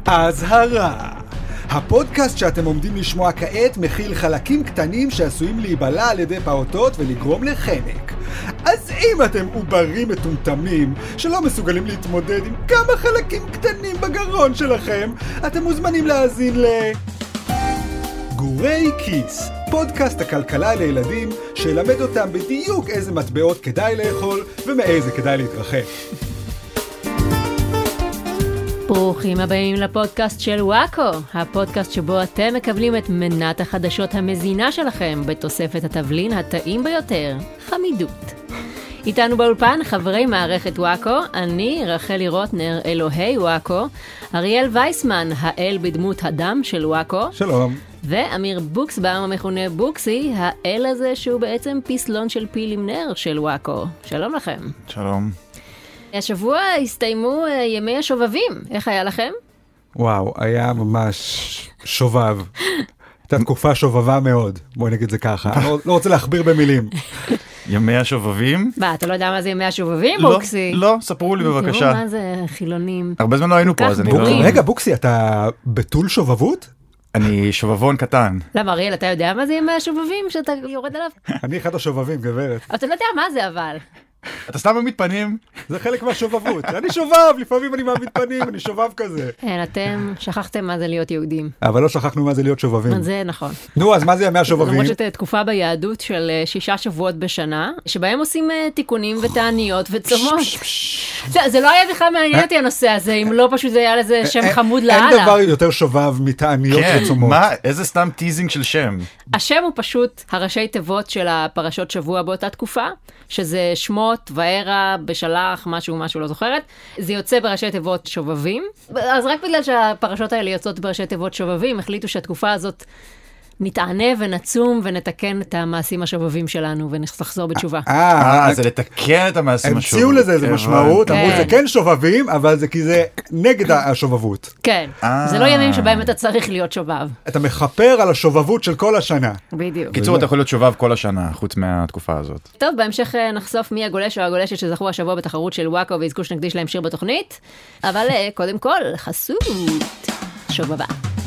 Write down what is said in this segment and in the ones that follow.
אזהרה. הפודקאסט שאתם עומדים לשמוע כעת מכיל חלקים קטנים שעשויים להיבלע על ידי פעוטות ולגרום לחנק. אז אם אתם עוברים מטומטמים שלא מסוגלים להתמודד עם כמה חלקים קטנים בגרון שלכם, אתם מוזמנים להאזין גורי כיס, פודקאסט הכלכלה לילדים שילמד אותם בדיוק איזה מטבעות כדאי לאכול ומאיזה כדאי להתרחק. ברוכים הבאים לפודקאסט של וואקו, הפודקאסט שבו אתם מקבלים את מנת החדשות המזינה שלכם בתוספת התבלין הטעים ביותר, חמידות. איתנו באולפן חברי מערכת וואקו, אני רחלי רוטנר, אלוהי וואקו, אריאל וייסמן, האל בדמות הדם של וואקו. שלום. ואמיר בוקסבאום המכונה בוקסי, האל הזה שהוא בעצם פיסלון של פיל עם נר של וואקו. שלום לכם. שלום. השבוע הסתיימו ימי השובבים, איך היה לכם? וואו, היה ממש שובב. הייתה תקופה שובבה מאוד, בואי נגיד זה ככה. לא רוצה להכביר במילים. ימי השובבים? מה, אתה לא יודע מה זה ימי השובבים, בוקסי? לא, ספרו לי בבקשה. תראו מה זה חילונים. הרבה זמן לא היינו פה, אז אני לא... רגע, בוקסי, אתה בתול שובבות? אני שובבון קטן. למה, אריאל, אתה יודע מה זה ימי השובבים שאתה יורד עליו? אני אחד השובבים, גברת. אבל אתה לא יודע מה זה אבל. אתה סתם מעמיד פנים? זה חלק מהשובבות. אני שובב, לפעמים אני מעמיד פנים, אני שובב כזה. כן, אתם שכחתם מה זה להיות יהודים. אבל לא שכחנו מה זה להיות שובבים. זה נכון. נו, אז מה זה ימי השובבים? למרות שזו תקופה ביהדות של 6 שבועות בשנה, שבהם עושים תיקונים ותעניות וצומות. זה לא היה בכלל מעניין אותי הנושא הזה, אם לא פשוט זה היה לזה שם חמוד לאללה. אין דבר יותר שובב מתעניות וצומות. מה? איזה סתם טיזינג של שם. השם הוא פשוט הראשי תיבות של הפרשות שבוע באותה תקופה, שזה שמות, וערה, בשלח, משהו לא זוכרת. זה יוצא בראשי תיבות שובבים. אז רק בגלל שהפרשות האלה יוצאות בראשי תיבות שובבים, החליטו שהתקופה הזאת נתענה ונצום ונתקן את המעשים השובבים שלנו ונחזור בתשובה. זה לתקן את המעשים השובבים. המציאו לזה איזה משמעות, אמרו זה כן שובבים, אבל זה כי זה נגד השובבות. כן, זה לא ימים שבהם אתה צריך להיות שובב. אתה מחפר על השובבות של כל השנה. בדיוק. קיצור, אתה יכול להיות שובב כל השנה, חוץ מהתקופה הזאת. טוב, בהמשך נחשוף מי הגולש או הגולשת שזכו השבוע בתחרות של וואקו ויזכו שנקדיש להם שיר בתוכנית. אבל קודם כל, חסות שובבה.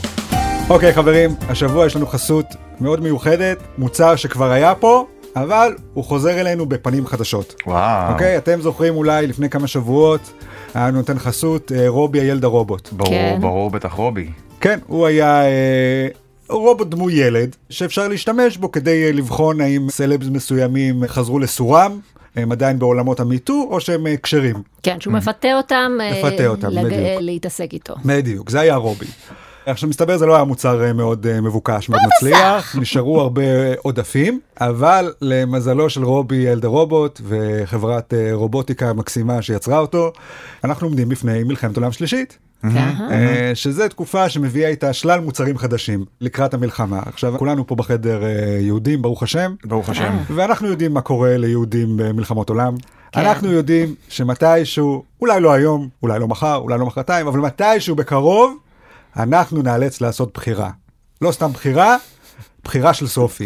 אוקיי חברים, השבוע יש לנו חסות מאוד מיוחדת, מוצר שכבר היה פה, אבל הוא חוזר אלינו בפנים חדשות. וואו. אוקיי, אתם זוכרים אולי לפני כמה שבועות, היה נותן חסות רובי הילד הרובוט. ברור, בטח רובי. כן, הוא היה רובוט דמוי ילד, שאפשר להשתמש בו כדי לבחון האם סלבס מסוימים חזרו לסורם, הם עדיין בעולמות המיטו, או שהם קשרים. כן, שהוא מפתה אותם, בדיוק. להתעסק איתו. בדיוק, זה היה רובי. עכשיו מסתבר זה לא היה מוצר מאוד מבוקש, מאוד מצליח, נשארו הרבה עודפים, אבל למזלו של רובי ילד הרובוט וחברת רובוטיקה מקסימה שיצרה אותו, אנחנו עומדים בפני מלחמת עולם שלישית. שזה תקופה שמביאה איתה שלל מוצרים חדשים לקראת המלחמה. עכשיו כולנו פה בחדר יהודים, ברוך השם. ברוך השם. ואנחנו יודעים מה קורה ליהודים במלחמות עולם. אנחנו יודעים שמתישהו, אולי לא היום, אולי לא מחר, אולי לא מחרתיים, אבל מתישהו בקרוב, אנחנו נאלץ לעשות בחירה. לא סתם בחירה, בחירה של סופי.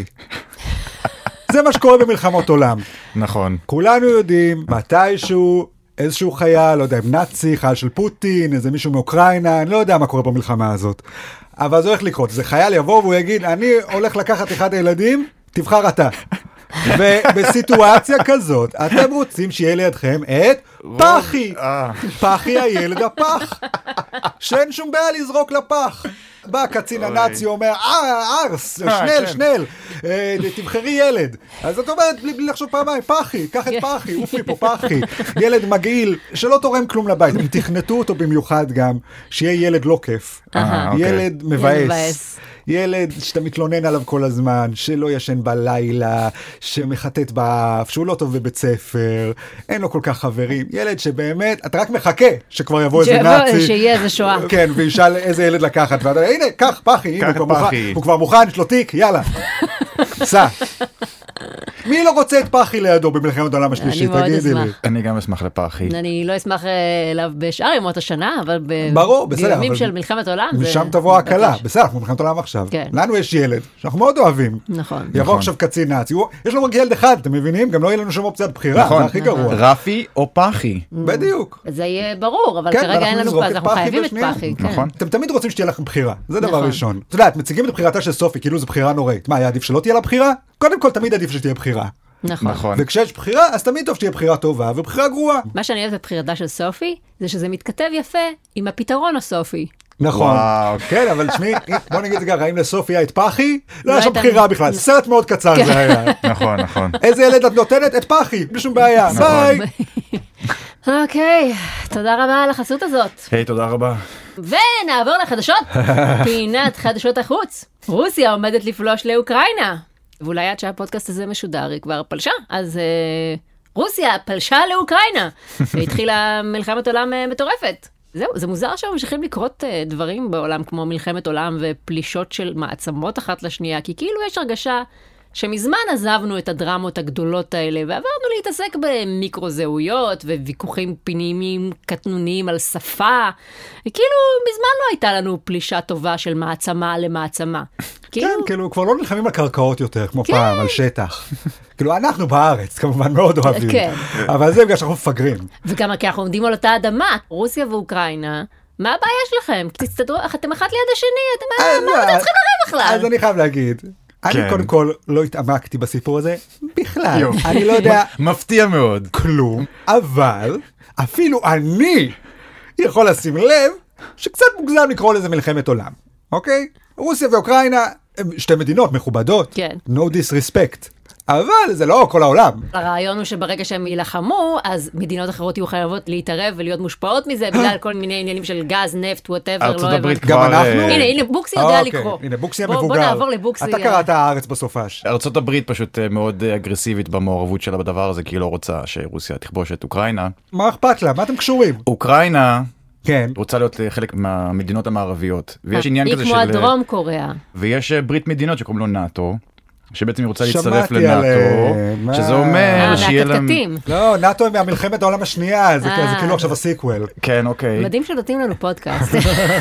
זה מה שקורה במלחמות עולם. נכון. כולנו יודעים מתישהו איזשהו חייל, לא יודע, נאצי, חייל של פוטין, איזה מישהו מאוקראינה, אני לא יודע מה קורה במלחמה הזאת. אבל זה הולך לקרות. זה חייל יבוא והוא יגיד, אני הולך לקחת אחד הילדים, תבחר אתה. ובסיטואציה כזאת, אתם רוצים שיהיה לידכם את פחי. פחי הילד הפח. שאין שום בעיה לזרוק לפח. בא הקצין הנאצי אומר, ארס, שנל, תבחרי ילד. אז את אומרת, בלי לחשוב פעמיים, פחי, קח את פחי, אוף לי פה פחי. ילד מגעיל, שלא תורם כלום לבית. הם תכנתו אותו במיוחד גם, שיהיה ילד לא כיף. ילד מבאס. ילד שאתה מתלונן עליו כל הזמן, שלא ישן בלילה, שמחטט באף, שהוא לא טוב בבית ספר, אין לו כל כך חברים. ילד שבאמת, אתה רק מחכה שכבר יבוא איזה נאצי. שיהיה איזה שואה. כן, וישאל איזה ילד לקחת. ואתה, הנה, קח פחי, הוא כבר מוכן, יש לו תיק, יאללה. סע. מי לא רוצה את פחי לידו במלחמת העולם השלישית? תגידי לי. אני גם אשמח לפחי. אני לא אשמח אליו בשאר ימות השנה, אבל בימים של מלחמת העולם. משם תבוא הקלה. בסדר, אנחנו במלחמת העולם עכשיו. לנו יש ילד שאנחנו מאוד אוהבים. נכון. יבוא עכשיו קצין נאצי. יש לו רק ילד אחד, אתם מבינים? גם לא יהיה לנו שום אופציית בחירה, זה הכי גרוע. רפי או פחי. בדיוק. זה יהיה ברור, אבל כרגע אין לנו פה, אז אנחנו חייבים את פחי. נכון. אתם תמיד רוצים שתהיה לכם בחירה, זה דבר ראשון. אתה יודע, מציגים את בחירתה של סופי, כאילו זו בחירה נוראית. מה, היה עדיף שלא תהיה לה בחירה? קודם כל, תמיד עדיף שתהיה בחירה. נכון. וכשיש בחירה, אז תמיד טוב שתהיה בחירה טובה ובחירה גרועה. מה שאני אוהבת בבחירתה של סופי, זה שזה מתכתב יפה עם הפתרון הסופי. נכון, כן, אבל תשמעי, בוא נגיד את זה ככה, אם לסופי היה את פחי, לא היה שם בחירה בכלל, סרט מאוד קצר זה היה. נכון, נכון. איזה ילד את נותנת? את פחי, בלי שום בעיה, ביי. אוקיי, תודה רבה על החסות הזאת. היי, תודה רבה. ונעבור לחדשות, פינת חדשות החוץ. רוסיה עומדת לפלוש לאוקראינה. ואולי עד שהפודקאסט הזה משודר היא כבר פלשה, אז רוסיה פלשה לאוקראינה. והתחילה מלחמת עולם מטורפת. זהו, זה מוזר שממשיכים לקרות דברים בעולם כמו מלחמת עולם ופלישות של מעצמות אחת לשנייה, כי כאילו יש הרגשה שמזמן עזבנו את הדרמות הגדולות האלה, ועברנו להתעסק במיקרו-זהויות וויכוחים פנימיים קטנוניים על שפה, וכאילו מזמן לא הייתה לנו פלישה טובה של מעצמה למעצמה. כן, כאילו כבר לא נלחמים על קרקעות יותר, כמו פעם, על שטח. כאילו אנחנו בארץ, כמובן מאוד אוהבים. אבל זה בגלל שאנחנו מפגרים. וגם כי אנחנו עומדים על אותה אדמה, רוסיה ואוקראינה, מה הבעיה שלכם? תסתדרו, אתם אחד ליד השני, מה אתם צריכים לראות בכלל? אז אני חייב להגיד, אני קודם כל לא התעמקתי בסיפור הזה בכלל. אני לא יודע... מפתיע מאוד. כלום, אבל אפילו אני יכול לשים לב שקצת מוגזם לקרוא לזה מלחמת עולם. אוקיי? רוסיה ואוקראינה הם שתי מדינות מכובדות. כן. No disrespect. אבל זה לא כל העולם. הרעיון הוא שברגע שהם ילחמו, אז מדינות אחרות יהיו חייבות להתערב ולהיות מושפעות מזה, בגלל כל מיני עניינים של גז, נפט, whatever. ארצות הברית כבר... גם אנחנו? הנה, בוקסי יודע לקרוא. הנה, בוקסי המבוגר. בוא נעבור לבוקסי. אתה קראת הארץ בסופש. ארצות הברית פשוט מאוד אגרסיבית במעורבות שלה בדבר הזה, כי היא לא רוצה שרוסיה תכבוש את אוקראינה. מה אכפת לה? מה אתם קשורים? אוקראינה... כן. רוצה להיות חלק מהמדינות המערביות. ויש עניין כזה של... היא כמו הדרום קוריאה. ויש ברית מדינות שקוראים לו נאטו, שבעצם היא רוצה להצטרף לנאטו, שזה אומר שיהיה להם... לא, נאטו הם מהמלחמת העולם השנייה, זה כאילו עכשיו הסיקוול. כן, אוקיי. מדהים שנותנים לנו פודקאסט.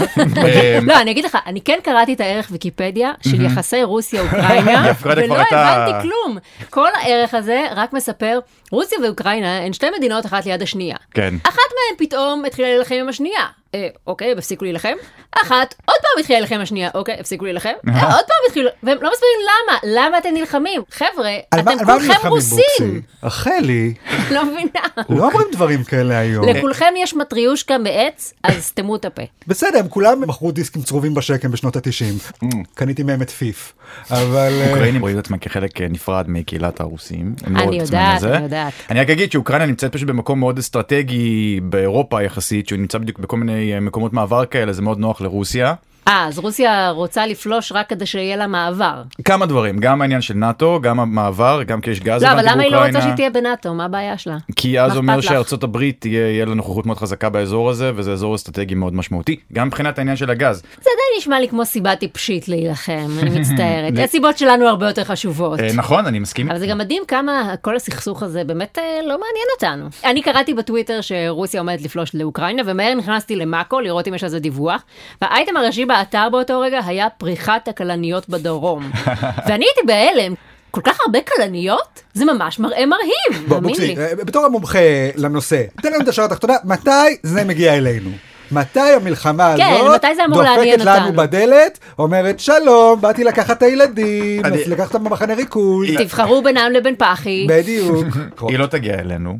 לא, אני אגיד לך, אני כן קראתי את הערך ויקיפדיה של יחסי רוסיה-אוקראינה, ולא הבנתי כלום. כל הערך הזה רק מספר, רוסיה ואוקראינה הן שתי מדינות אחת ליד השנייה. כן. אחת מהן פתאום התחילה להילחם עם השנייה. אוקיי, הפסיקו להילחם. אחת, עוד פעם התחילה להילחם השנייה. אוקיי, הפסיקו להילחם. עוד פעם התחילו, והם לא מסבירים למה. למה אתם נלחמים? חבר'ה, אתם כולכם רוסים. רחלי. לא מבינה. לא אומרים דברים כאלה היום. לכולכם יש מטריושקה מעץ, אז סתמו את הפה. בסדר, הם כולם מכרו דיסקים צרובים בשקם בשנות ה-90. קניתי מהם את פיף. אבל... אוקראינים רואים את עצמם כחלק נפרד מקהילת הרוסים. אני יודעת. אני רק אגיד שאוקראינה נמצאת פשוט במקום מאוד אסטרטגי באירופה יחסית, שהוא נמצא בדיוק בכל מיני מקומות מעבר כאלה, זה מאוד נוח לרוסיה. אז רוסיה רוצה לפלוש רק כדי שיהיה לה מעבר. כמה דברים, גם העניין של נאטו, גם המעבר, גם כי יש גז לא, אבל למה היא לא רוצה שהיא תהיה בנאטו? מה הבעיה שלה? כי אז אומר שארצות הברית יהיה לה נוכחות מאוד חזקה באזור הזה, וזה אזור אסטרטגי מאוד משמעותי, גם מבחינת העניין של הגז. זה די נשמע לי כמו סיבה טיפשית להילחם, אני מצטערת. הסיבות שלנו הרבה יותר חשובות. נכון, אני מסכים. אבל זה גם מדהים כמה כל הסכסוך הזה באמת לא מעניין אותנו. אני קראתי בטוויטר שרוסיה עומדת לפלוש לאוקראינה, ומהר נכנסתי למאקו לראות אם יש לזה דיווח, והאייטם הראשי באתר באותו רגע היה פריחת הכלניות בדרום. ואני הייתי בהלם, כל כך הרבה כלניות? זה ממש מראה מרהיב. בוא, בוקסי, בתור המומחה לנושא, תן לנו את השאלה התחתונה, מתי זה מגיע אלינו? מתי המלחמה הזאת דופקת לנו בדלת, אומרת שלום, באתי לקחת את הילדים, לקחת אותם במחנה ריכוז. תבחרו בינם לבין פחי. בדיוק. היא לא תגיע אלינו.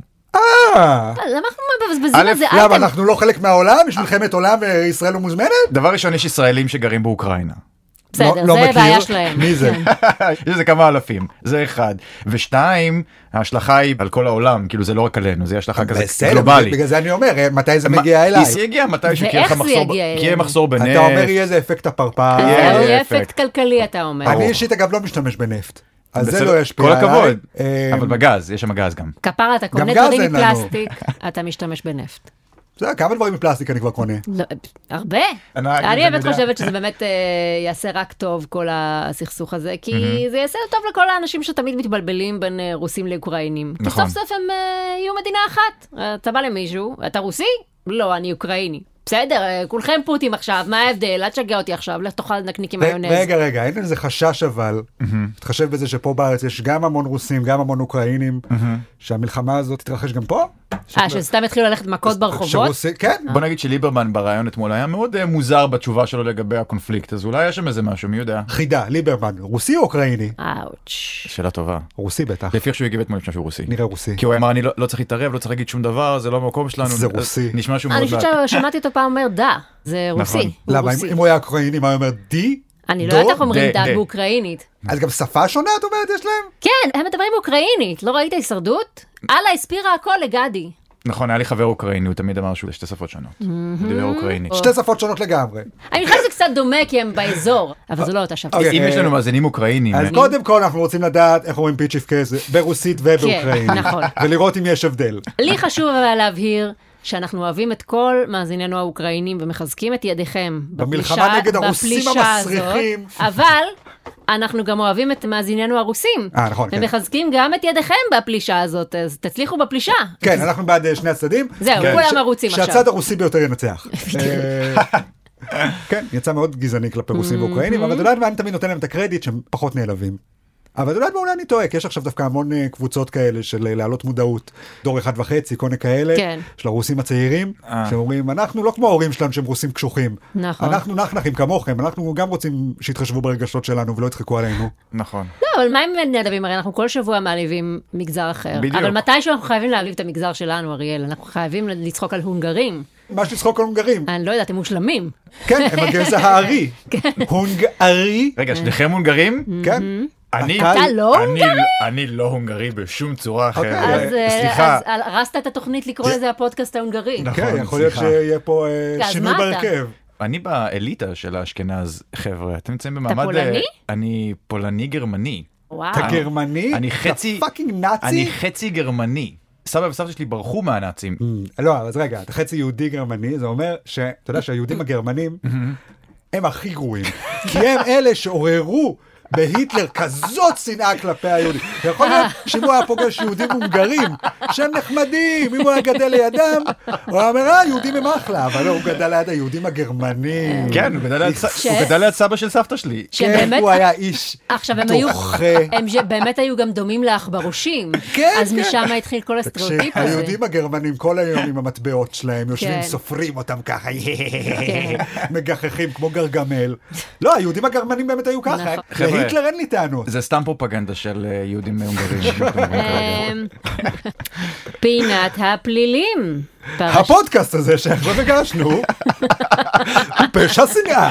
למה אנחנו מבזבזים על זה? למה, אנחנו לא חלק מהעולם? יש מלחמת עולם וישראל לא מוזמנת? דבר ראשון, יש ישראלים שגרים באוקראינה. בסדר, זה בעיה שלהם. מי זה? יש זה כמה אלפים, זה אחד. ושתיים, ההשלכה היא על כל העולם, כאילו זה לא רק עלינו, זה השלכה כזה גלובלית. בגלל זה אני אומר, מתי זה מגיע אליי? זה יגיע מתישהו, כי יהיה מחסור בנפט. אתה אומר יהיה איזה אפקט הפרפר. יהיה אפקט כלכלי, אתה אומר. אני אישית אגב לא משתמש בנפט. אז זה לא ישפיע עליי. כל הכבוד. אבל בגז, יש שם גז גם. כפרה, אתה קונה דברים מפלסטיק, אתה משתמש בנפט. זה כמה דברים מפלסטיק אני כבר קונה. הרבה. אני באמת חושבת שזה באמת יעשה רק טוב כל הסכסוך הזה, כי זה יעשה טוב לכל האנשים שתמיד מתבלבלים בין רוסים לאוקראינים. כי סוף סוף הם יהיו מדינה אחת. אתה בא למישהו, אתה רוסי? לא, אני אוקראיני. בסדר, כולכם פוטים עכשיו, מה ההבדל? אל תשגע אותי עכשיו, לך תאכל נקניק עם מיונז. רגע, אין איזה חשש אבל, תתחשב בזה שפה בארץ יש גם המון רוסים, גם המון אוקראינים, שהמלחמה הזאת תתרחש גם פה? שסתם התחילו ללכת מכות ברחובות? כן. בוא נגיד שליברמן ברעיון אתמול היה מאוד מוזר בתשובה שלו לגבי הקונפליקט, אז אולי יש שם איזה משהו, מי יודע? חידה, ליברמן, רוסי או אוקראיני? שאלה טובה. רוסי בטח. לפי איך שהוא הגיב אתמול לפני שהוא רוסי. נראה רוסי. כי הוא אמר, אני לא צריך להתערב, לא צריך להגיד שום דבר, זה לא המקום שלנו. זה רוסי. נשמע שהוא מאוד אני חושבת ששמעתי אותו פעם אומר דה, זה רוסי. למה, אם הוא היה אוקראיני, מה הוא אומר? די? אני לא יודעת איך אומרים דה באוקראינית. אז גם שפה שונה את אומרת יש להם? כן, הם מדברים אוקראינית, לא ראית הישרדות? אללה הספירה הכל לגדי. נכון, היה לי חבר אוקראיני, הוא תמיד אמר שהוא שתי שפות שונות. הוא דיבר אוקראינית. שתי שפות שונות לגמרי. אני חושבת שזה קצת דומה כי הם באזור, אבל זה לא אותה שפה. אם יש לנו מאזינים אוקראינים. אז קודם כל אנחנו רוצים לדעת איך אומרים פיצ'יפ קייס ברוסית ובאוקראינית. כן, נכון. ולראות אם יש הבדל. לי חשוב אבל להבהיר שאנחנו אוהבים את כל מאזיננו האוקראינים ומחזקים את ידיכם במלחמה נגד הרוסים המסריחים. אבל אנחנו גם אוהבים את מאזיננו הרוסים. נכון, כן. ומחזקים גם את ידיכם בפלישה הזאת, אז תצליחו בפלישה. כן, אנחנו בעד שני הצדדים. זהו, כולם הרוסים עכשיו. שהצד הרוסי ביותר ינצח. כן, יצא מאוד גזעני כלפי רוסים ואוקראינים, אבל אתה יודעת מה, אני תמיד נותן להם את הקרדיט שהם פחות נעלבים. אבל אתה יודעת מה, אולי אני טועה, כי יש עכשיו דווקא המון קבוצות כאלה של להעלות מודעות, דור 1.5, קונה כאלה, של הרוסים הצעירים, שאומרים, אנחנו לא כמו ההורים שלנו שהם רוסים קשוחים. נכון. אנחנו נחנכים כמוכם, אנחנו גם רוצים שיתחשבו ברגשות שלנו ולא יתחקו עלינו. נכון. לא, אבל מה אם נעלבים? הרי אנחנו כל שבוע מעליבים מגזר אחר. בדיוק. אבל מתישהו אנחנו חייבים להעליב את המגזר שלנו, אריאל. אנחנו חייבים לצחוק על הונגרים. מה יש לצחוק על הונגרים? אני לא יודעת, הם מושלמים. כן, הם הגזע הארי. הונגרי. רגע, שניכם הונגרים? כן. אתה לא הונגרי? אני לא הונגרי בשום צורה אחרת. סליחה. אז הרסת את התוכנית לקרוא לזה הפודקאסט ההונגרי. כן, יכול להיות שיהיה פה שינוי בהרכב. אני באליטה של האשכנז, חבר'ה, אתם נמצאים במעמד... אתה פולני? אני פולני-גרמני. וואו. אתה גרמני? אתה פאקינג נאצי? אני חצי גרמני. סבא וסבתא שלי ברחו מהנאצים. לא, אז רגע, אתה חצי יהודי גרמני, זה אומר שאתה יודע שהיהודים הגרמנים הם הכי גרועים. כי הם אלה שעוררו בהיטלר כזאת שנאה כלפי היהודים. יכול להיות שאם הוא היה פוגש יהודים הונגרים, שהם נחמדים, אם הוא היה גדל לידם, הוא היה אומר, יהודים הם אחלה, אבל לא, הוא גדל ליד היהודים הגרמנים. כן, הוא גדל ליד סבא של סבתא שלי. כן, הוא היה איש דוחה. הם באמת היו גם דומים לאחברושים. אז משם התחיל כל הסטריאוטיפ הזה. היהודים הגרמנים כל היום עם המטבעות שלהם, יושבים, סופרים אותם ככה, מגחכים כמו גרגמל. לא, היהודים הגרמנים באמת היו ככה. להיטלר אין לי טענות. זה סתם פרופגנדה של יהודים הונגרים. פינת הפלילים. הפודקאסט הזה שאנחנו הגשנו, הוא פשע שנאה.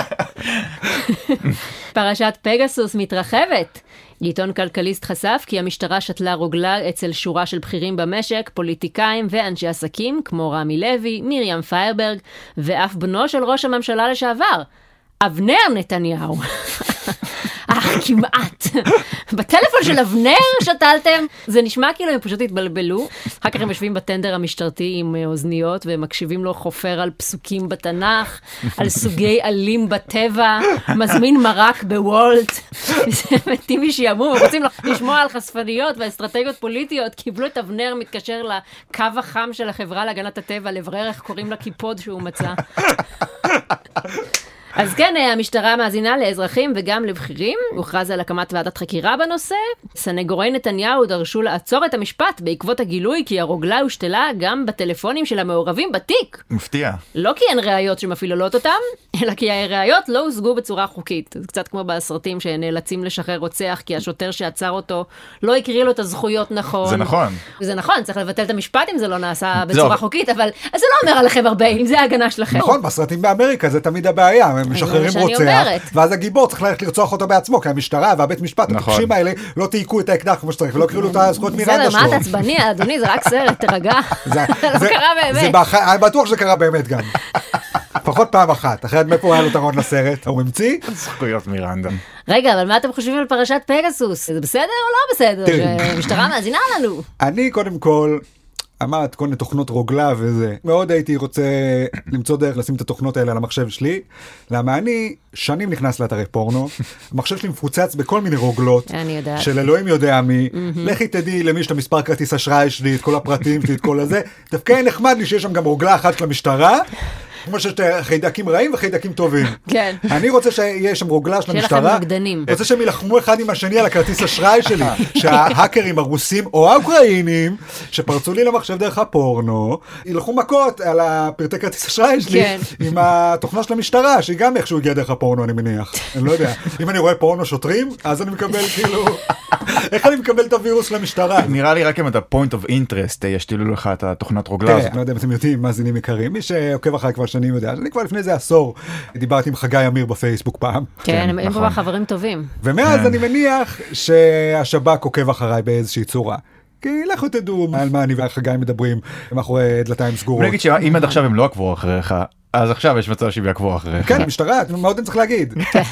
פרשת פגסוס מתרחבת. עיתון כלכליסט חשף כי המשטרה שתלה רוגלה אצל שורה של בכירים במשק, פוליטיקאים ואנשי עסקים כמו רמי לוי, מרים פיירברג ואף בנו של ראש הממשלה לשעבר, אבנר נתניהו. כמעט. בטלפון של אבנר שתלתם. זה נשמע כאילו הם פשוט התבלבלו. אחר כך הם יושבים בטנדר המשטרתי עם אוזניות ומקשיבים לו חופר על פסוקים בתנ"ך, על סוגי עלים בטבע, מזמין מרק בוולט. זה מתים משיימו, רוצים לשמוע על חשפניות ואסטרטגיות פוליטיות. קיבלו את אבנר מתקשר לקו החם של החברה להגנת הטבע, לברר איך קוראים לקיפוד שהוא מצא. אז כן, המשטרה מאזינה לאזרחים וגם לבכירים. הוכרז על הקמת ועדת חקירה בנושא. סנגורי נתניהו דרשו לעצור את המשפט בעקבות הגילוי כי הרוגלה הושתלה גם בטלפונים של המעורבים בתיק. מפתיע. לא כי אין ראיות שמפעילות אותם, אלא כי הראיות לא הושגו בצורה חוקית. זה קצת כמו בסרטים שנאלצים לשחרר רוצח כי השוטר שעצר אותו לא הקריא לו את הזכויות נכון. זה נכון. זה נכון, צריך לבטל את המשפט אם זה לא נעשה בצורה חוקית, אבל זה לא אומר עליכם הרבה, אם זה ההגנה שלכם. נכון, בסרטים באמריקה זה תמיד הבעיה, הם משחררים רוצח, ואז הגיבור צריך ללכת לרצוח אותו בעצמו, כי המשטרה והבית משפט, הטיפשים האלה לא תעיקו את האקדח כמו שצריך, ולא קראו לו את הזכויות מירנדה שלו. מה אתה עצבני, אדוני, זה רק סרט, תרגע. זה לא קרה באמת. אני בטוח שזה קרה באמת גם. לפחות פעם אחת, אחרת מאיפה היה לו תרון לסרט, הוא המציא? זכויות מירנדה. רגע, אבל מה אתם חושבים על פרשת פגסוס? זה בסדר או לא בסדר? שהמשטרה מאזינה לנו? אני קודם כל, אמרת כל מיני תוכנות רוגלה וזה. מאוד הייתי רוצה למצוא דרך לשים את התוכנות האלה על המחשב שלי. למה אני שנים נכנס לאתרי פורנו, המחשב שלי מפוצץ בכל מיני רוגלות, של אלוהים יודע מי, לכי תדעי למי יש את המספר כרטיס אשראי שלי, את כל הפרטים שלי, את כל הזה. דווקא נחמד לי שיש שם גם רוגלה אחת של המשטרה, כמו שיש חיידקים רעים וחיידקים טובים. כן. אני רוצה שיהיה שם רוגלה של המשטרה. שיהיה לכם נוגדנים. רוצה שהם ילחמו אחד עם השני על הכרטיס אשראי שלי. שההאקרים הרוסים או האוקראינים, שפרצו לי למחשב דרך הפורנו, ילכו מכות על הפרטי כרטיס אשראי שלי, עם התוכנה של המשטרה, שהיא גם איכשהו הגיעה דרך הפורנו, אני מניח. אני לא יודע. אם אני רואה פורנו שוטרים, אז אני מקבל כאילו... איך אני מקבל את הווירוס למשטרה? נראה לי רק אם אתה point of interest ישתילו לך את התוכנת רוגלה הזאת. לא יודע אם אתם יודעים, מאזינים יקרים. מי שעוקב אחרי כבר שנים יודע, אני כבר לפני זה עשור דיברתי עם חגי אמיר בפייסבוק פעם. כן, הם כבר חברים טובים. ומאז אני מניח שהשב"כ עוקב אחריי באיזושהי צורה. כי לכו תדעו על מה אני וחגי מדברים מאחורי דלתיים סגורות. אני אגיד שאם עד עכשיו הם לא עקבו אחריך, אז עכשיו יש מצב שהם יעקבו אחריך. כן, המשטרה, מאוד אני צריך להגיד.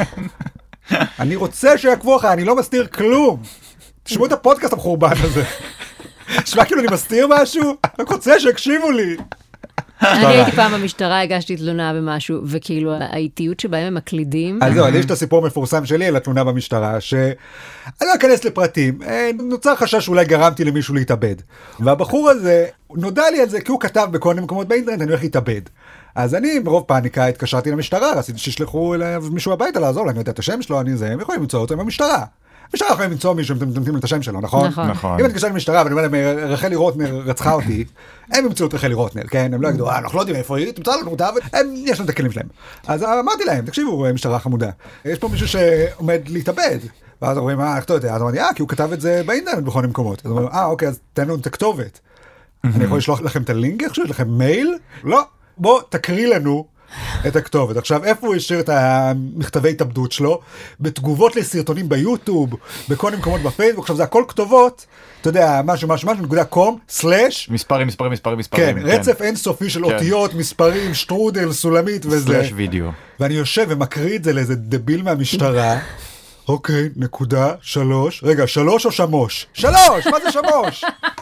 אני רוצה שיעקבו אחריי, אני לא מסתיר כלום. תשמעו את הפודקאסט המחורבן הזה. תשמע כאילו אני מסתיר משהו, אני רוצה שיקשיבו לי. אני הייתי פעם במשטרה, הגשתי תלונה במשהו, וכאילו האיטיות שבהם הם מקלידים. אז זהו, יש את הסיפור המפורסם שלי על התלונה במשטרה, שאני לא אכנס לפרטים, נוצר חשש שאולי גרמתי למישהו להתאבד. והבחור הזה, נודע לי על זה, כי הוא כתב בכל מיני מקומות באינטרנט, אני הולך להתאבד. אז אני ברוב פאניקה התקשרתי למשטרה, רציתי שישלחו מישהו הביתה לעזור, אני יודע את השם שלו, הם יכולים למצוא אותו עם המשטרה. המשטרה יכולים למצוא מישהו, אם אתם נותנים את השם שלו, נכון? נכון. אם אני מתקשר למשטרה ואני אומר להם, רחלי רוטנר רצחה אותי, הם ימצאו את רחלי רוטנר, כן? הם לא יגידו, אנחנו לא יודעים איפה היא, תמצא לנו אותה, יש להם את הכלים שלהם. אז אמרתי להם, תקשיבו, משטרה חמודה, יש פה מישהו שעומד להתאבד. ואז אומרים, איך אתה יודע? אז אמרתי, כי הוא כתב את זה באינטרנט בכל מיני מקומות. אז אומרים, אוקיי, אז תן לנו את הכתובת. אני יכול לשלוח לכם את הלינק איכשהו, יש לכם מייל? לא. בוא, תקריא לנו את הכתובת. עכשיו, איפה הוא השאיר את המכתבי התאבדות שלו? בתגובות לסרטונים ביוטיוב, בכל מיני מקומות בפייסבוק. עכשיו, זה הכל כתובות, אתה יודע, משהו.com/. מספרים. כן, רצף אינסופי של אותיות, מספרים, שטרודל, סולמית וזה. / וידאו. ואני יושב ומקריא את זה לאיזה דביל מהמשטרה. אוקיי, נקודה, 3. רגע, 3 או שמוש? 3! מה זה שמוש?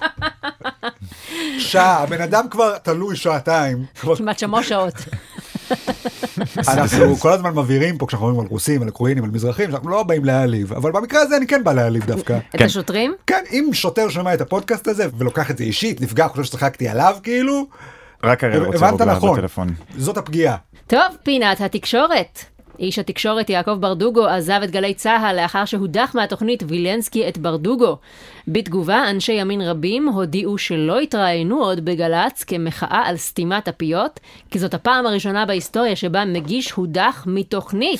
שעה, הבן אדם כבר תלוי שעתיים. כמעט שמוש שעות. אנחנו כל הזמן מבהירים פה כשאנחנו אומרים על רוסים, על אוקראינים, על מזרחים, שאנחנו לא באים להעליב, אבל במקרה הזה אני כן בא להעליב דווקא. את השוטרים? כן, אם שוטר שומע את הפודקאסט הזה ולוקח את זה אישית, נפגע, חושב שצחקתי עליו כאילו, רק הרי רוצה רוגלה בטלפון. זאת הפגיעה. טוב, פינת התקשורת. איש התקשורת יעקב ברדוגו עזב את גלי צהל לאחר שהודח מהתוכנית וילנסקי את ברדוגו. בתגובה, אנשי ימין רבים הודיעו שלא התראיינו עוד בגלץ כמחאה על סתימת הפיות, כי זאת הפעם הראשונה בהיסטוריה שבה מגיש הודח מתוכנית.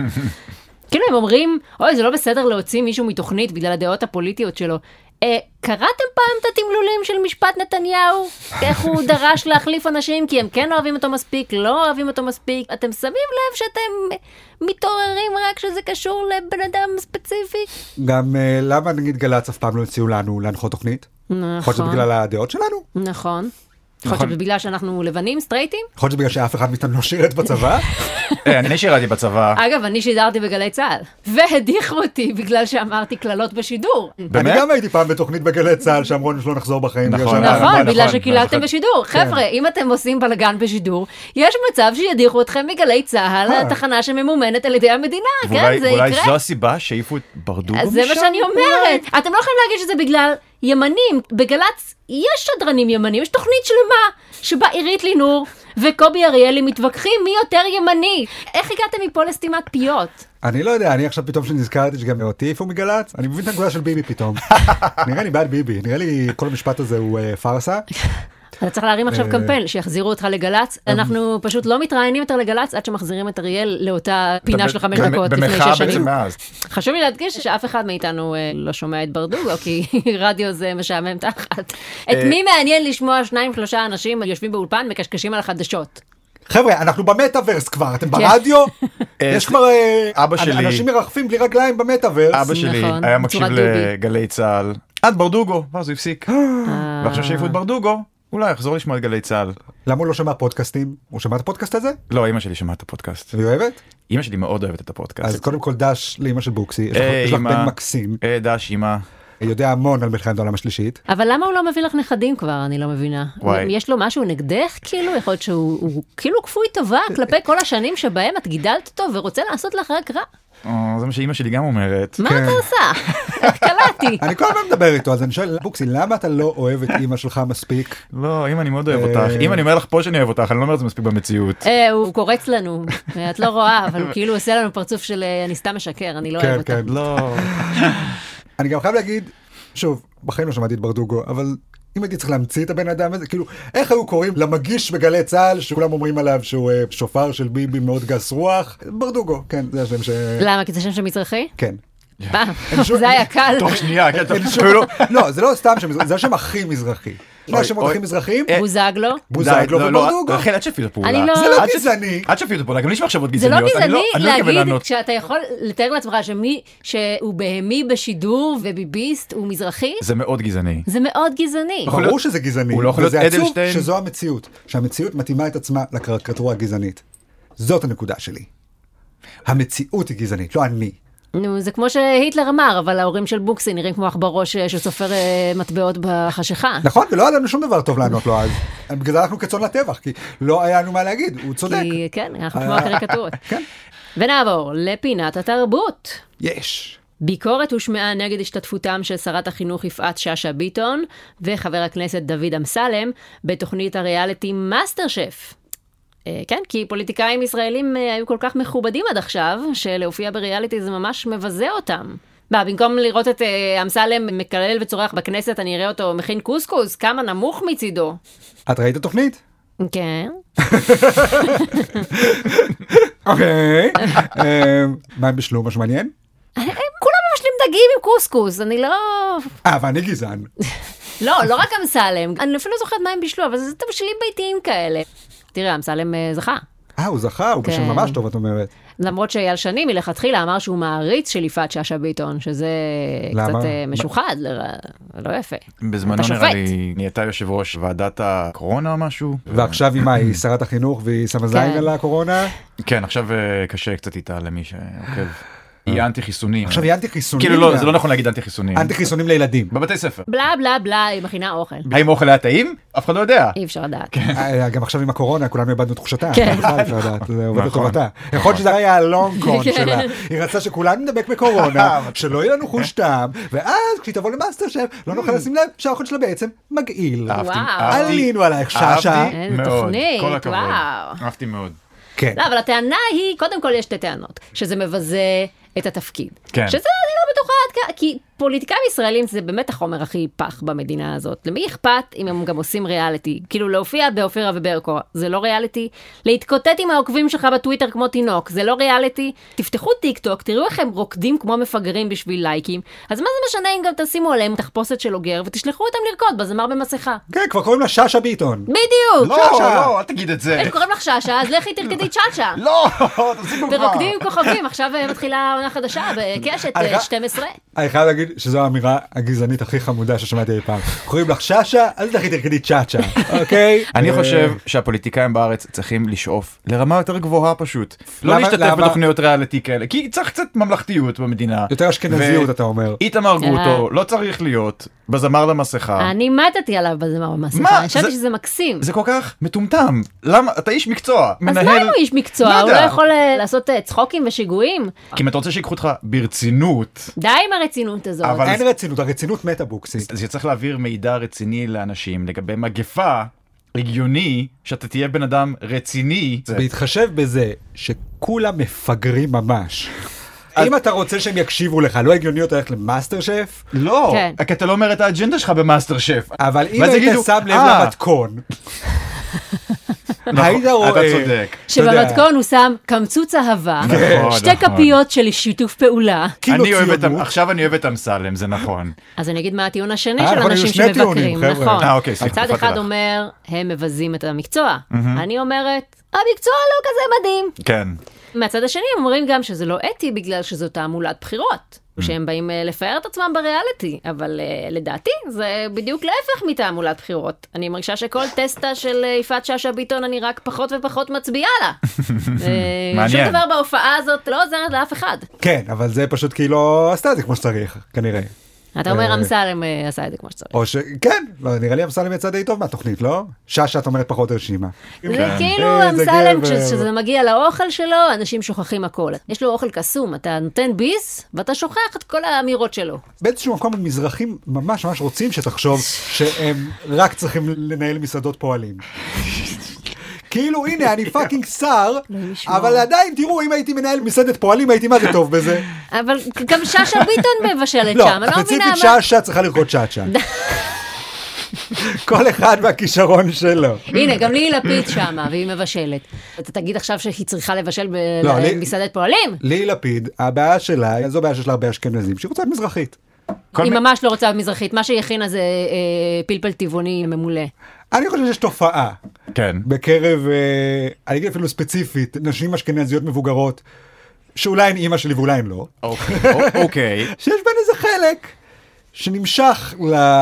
כאילו הם אומרים, אוי, זה לא בסדר להוציא מישהו מתוכנית בגלל הדעות הפוליטיות שלו. קראתם פעם את התמלולים של משפט נתניהו? איך הוא דרש להחליף אנשים כי הם כן אוהבים אותו מספיק, לא אוהבים אותו מספיק? אתם שמים לב שאתם מתעוררים רק שזה קשור לבן אדם ספציפי? גם למה נגיד גלץ אף פעם לא הציעו לנו להנחות תוכנית? נכון. יכול להיות בגלל הדעות שלנו? נכון. יכול להיות שבגלל שאנחנו לבנים, סטרייטים? יכול להיות בגלל שאף אחד מאיתנו לא שירת בצבא? אני שירתי בצבא. אגב, אני שידרתי בגלי צהל, והדיחו אותי בגלל שאמרתי קללות בשידור. אני גם הייתי פעם בתוכנית בגלי צהל שאמרו שלא נחזור בחיים. נכון, בגלל שקיללתם בשידור. חבר'ה, אם אתם עושים בלגן בשידור, יש מצב שידיחו אתכם מגלי צהל לתחנה שממומנת על ידי המדינה, כן? זה יקרה. אולי זו הסיבה שהעיפו את ברדוגו משם? אז זה מה שאני אומרת. אתם לא יכולים להגיד שזה בגלל ימנים. בגלץ יש שדרנים ימנים, יש תוכנית שלמה שבה עירית לינור וקובי אריאלי מתווכחים מי יותר ימני. איך הגעתם מפה לסתימת פיות? אני לא יודע, אני עכשיו פתאום שנזכרתי שגם אותי איפה מגלץ, אני מבין את הנקודה של ביבי פתאום. נראה לי בעד ביבי, נראה לי כל המשפט הזה הוא פרסה. אתה צריך להרים עכשיו קמפיין שיחזירו אותך לגלץ. אנחנו פשוט לא מתראיינים יותר לגלץ עד שמחזירים את אריאל לאותה פינה של 5 דקות לפני 6 שנים. חשוב לי להדגיש שאף אחד מאיתנו לא שומע את ברדוגו, כי רדיו זה משעמם תחת. את מי מעניין לשמוע 2-3 אנשים יושבים באולפן מקשקשים על החדשות? חבר'ה, אנחנו במטאברס כבר, אתם ברדיו? יש כבר אנשים מרחפים בלי רגליים במטאברס. אבא שלי היה מקשיב לגלי צהל עד ברדוגו, ואז הוא הפסיק. ועכשיו שהעיפו את ברדוגו, אולי יחזור לשמוע את גלי צהל. למה הוא לא שמע פודקאסטים? הוא שמע את הפודקאסט הזה? לא, אמא שלי שמעה את הפודקאסט. והיא אוהבת? אמא שלי מאוד אוהבת את הפודקאסט. אז קודם כל דש לאמא של בוקסי, יש לך בן מקסים. דש, אמא. יודע המון על מלחמת העולם השלישית. אבל למה הוא לא מביא לך נכדים כבר? אני לא מבינה. וואי. יש לו משהו נגדך, כאילו? יכול להיות שהוא כאילו כפוי טובה כלפי כל השנים שבהם את גידלת אותו ורוצה לעשות לך רק רע. זה מה שאמא שלי גם אומרת. מה אתה עושה? איך קלעתי? אני כל הזמן מדבר איתו, אז אני שואל, בוקסי, למה אתה לא אוהב את אמא שלך מספיק? לא, אמא, אני מאוד אוהב אותך. אם אני אומר לך פה שאני אוהב אותך, אני לא אומר את זה מספיק במציאות. הוא קורץ לנו, את לא רואה, אבל הוא כאילו עושה לנו פרצוף של אני סתם משקר, אני לא אוהב אותה. כן, לא. אני גם חייב להגיד, שוב, בחיים לא שמעתי את ברדוגו, אבל אם הייתי צריך להמציא את הבן אדם הזה, כאילו, איך היו קוראים למגיש בגלי צהל, שכולם אומרים עליו שהוא שופר של ביבי מאוד גס רוח? ברדוגו, כן, זה השם ש... למה? כי זה שם של מצרכי? כן. זה היה קל. תוך שנייה, כן, לא, זה לא סתם שם, זה השם הכי מזרחי. שני השמות הכי מזרחיים? בוזגלו? בוזגלו וברדוגו. רחל, עד שפי את הפעולה. זה לא גזעני. עד שפי את הפעולה, גם לי יש מחשבות זה לא גזעניות. גזעני להגיד כשאתה יכול לתאר לעצמך שמי שהוא בהמי בשידור וביביסט הוא מזרחי? זה מאוד גזעני. זה מאוד גזעני. ברור שזה גזעני, לא יכול וזה להיות עצוב אדלשטיין. שזו המציאות, שהמציאות מתאימה את עצמה לקריקטורה הגזענית. זאת הנקודה שלי. המציאות היא גזענית, לא אני. נו, זה כמו שהיטלר אמר, אבל ההורים של בוקסי נראים כמו עכברוש שסופר מטבעות בחשיכה. נכון, ולא היה לנו שום דבר טוב לענות לו אז. בגלל זה אנחנו כצאן לטבח, כי לא היה לנו מה להגיד, הוא צודק. כי כן, אנחנו כמו הקריקטורות. כן. ונעבור לפינת התרבות. יש. ביקורת הושמעה נגד השתתפותם של שרת החינוך יפעת שאשא ביטון וחבר הכנסת דוד אמסלם בתוכנית הריאליטי מאסטר שף. כן, כי פוליטיקאים ישראלים היו כל כך מכובדים עד עכשיו, שלהופיע בריאליטי זה ממש מבזה אותם. במקום לראות את אמסלם מקלל וצורח בכנסת, אני אראה אותו מכין קוסקוס, כמה נמוך מצידו. את ראית התוכנית? כן. אוקיי. מה הם בשלו? משהו מעניין? כולם מבשלים דגים עם קוסקוס, אני לא... ואני גזען. לא רק אמסלם. אני אפילו לא זוכרת מה הם בשלו, אבל זה תבשילים ביתיים כאלה. תראה, אמסלם זכה. הוא זכה, הוא בשביל ממש טוב, את אומרת. למרות שאייל שני מלכתחילה אמר שהוא מעריץ של יפעת שאשא ביטון, שזה קצת משוחד, לא יפה. בזמנו נראה לי, נהייתה יושב ראש ועדת הקורונה או משהו. ועכשיו היא שרת החינוך והיא שמה זין על הקורונה? כן, עכשיו קשה קצת איתה למי שעוקב. היא אנטי חיסונים. עכשיו היא אנטי חיסונים. כאילו לא, זה לא נכון להגיד אנטי חיסונים. אנטי חיסונים לילדים. בבתי ספר. בלה בלה בלה, היא מכינה אוכל. האם אוכל היה טעים? אף אחד לא יודע. אי אפשר לדעת. גם עכשיו עם הקורונה, כולנו איבדנו תחושתה. כן. זה עובד לטובתה. יכול להיות שזה היה הלונג קון שלה. היא רצה שכולנו נדבק בקורונה, שלא יהיה לנו חוש טעם, ואז כשהיא תבוא למאסטר שף, לא נוכל לשים לב שהאוכל שלה בעצם מגעיל. עלינו עלייך שאשא. איזה תוכנית, וואו. אהבתי מאוד. כן. לא, אבל הטענה היא, קודם כל יש שתי טענות, שזה מבזה את התפקיד. כן. שזה אני לא בטוחה עד כמה, כי פוליטיקאים ישראלים זה באמת החומר הכי פח במדינה הזאת. למי אכפת אם הם גם עושים ריאליטי? כאילו להופיע באופירה וברקו, זה לא ריאליטי. להתקוטט עם העוקבים שלך בטוויטר כמו תינוק, זה לא ריאליטי. תפתחו טיק טוק, תראו איך הם רוקדים כמו מפגרים בשביל לייקים. אז מה זה משנה אם גם תשימו עליהם תחפושת של אוגר ותשלחו אותם לרקוד בזמר במסכה? כן, כבר קוראים לה שאשא ביטון. בדיוק. לא, אל תגיד את זה. הם קוראים לך שאשא, אז לכי תרקדי צ'אצ'ה. לא, תפסיקו כבר. ורוקדים עם כוכבים, עכשיו מתחילה עונה חדשה בקשת 12. אני חייב להגיד שזו האמירה הגזענית הכי חמודה ששמעתי אי פעם. קוראים לך שאשא, אז לכי תרקדי צ'אצ'ה, אוקיי? אני חושב שהפוליטיקאים בארץ צריכים לשאוף לרמה יותר גבוהה פשוט. לא להשתתף בתוכניות ריאליטי כאלה, כי צריך קצת ממלכתיות במדינה. יותר אשכנזיות אתה אומר. איתמר גרוטו לא צריך להיות בזמר למסכה. אני מתתי עליו בזמר במסכה, אני חושבת שזה מקסים. זה כל כך מטומטם. למה? אתה איש מקצוע. אז מה אם הוא איש מקצוע? הוא לא יכול לעשות צחוקים ושיגועים? כי אם אתה רוצה שיקחו אותך ברצינות. די עם הרצינות הזאת. אין רצינות, הרצינות מתה בוקסי. אז צריך להעביר מידע רציני לאנשים לגבי מגפה הגיוני שאתה תהיה בן אדם רציני. בהתחשב בזה שכולם מפגרים ממש. אם אתה רוצה שהם יקשיבו לך, לא הגיוניות ללכת למאסטר שף? לא, כי אתה לא אומר את האג'נדה שלך במאסטר שף. אבל אם היית שם לב למתכון, היית רואה... אתה צודק. שבמתכון הוא שם קמצוץ אהבה, שתי כפיות של שיתוף פעולה. עכשיו אני אוהב את אמסלם, זה נכון. אז אני אגיד מה הטיעון השני של אנשים שמבקרים. נכון. צד אחד אומר, הם מבזים את המקצוע. אני אומרת, המקצוע לא כזה מדהים. כן. מהצד השני הם אומרים גם שזה לא אתי בגלל שזו תעמולת בחירות. שהם באים לפאר את עצמם בריאליטי, אבל לדעתי זה בדיוק להפך מתעמולת בחירות. אני מרגישה שכל טסטה של יפעת שאשא ביטון אני רק פחות ופחות מצביעה לה. שום דבר בהופעה הזאת לא עוזרת לאף אחד. כן, אבל זה פשוט כאילו עשתה את זה כמו שצריך, כנראה. אתה אומר אמסלם עשה את זה כמו שצריך. כן, נראה לי אמסלם יצא די טוב מהתוכנית, לא? שאשא את אומרת פחות הרשימה. זה כאילו אמסלם, כשזה מגיע לאוכל שלו, אנשים שוכחים הכל. יש לו אוכל קסום, אתה נותן ביס, ואתה שוכח את כל האמירות שלו. באיזשהו מקום המזרחים ממש ממש רוצים שתחשוב שהם רק צריכים לנהל מסעדות פועלים. כאילו, הנה, אני פאקינג שר, אבל עדיין, תראו, אם הייתי מנהל מסעדת פועלים, הייתי מה זה טוב בזה. אבל גם שאשא ביטון מבשלת שם, לא, ספציפית שאשא צריכה לרקוד צ'אצ'ה. כל אחד והכישרון שלו. הנה, גם ליהי לפיד שמה, והיא מבשלת. אתה תגיד עכשיו שהיא צריכה לבשל במסעדת פועלים? ליהי לפיד, הבעיה שלה, זו בעיה שיש לה הרבה אשכנזים, שהיא רוצה להיות מזרחית. היא ממש לא רוצה מזרחית, מה שהיא הכינה זה פלפל טבעוני ממולא. אני חושב שיש תופעה. כן. בקרב, אני אגיד אפילו ספציפית, נשים אשכנזיות מבוגרות, שאולי הן אימא שלי ואולי הן לא. אוקיי. שיש בין איזה חלק שנמשך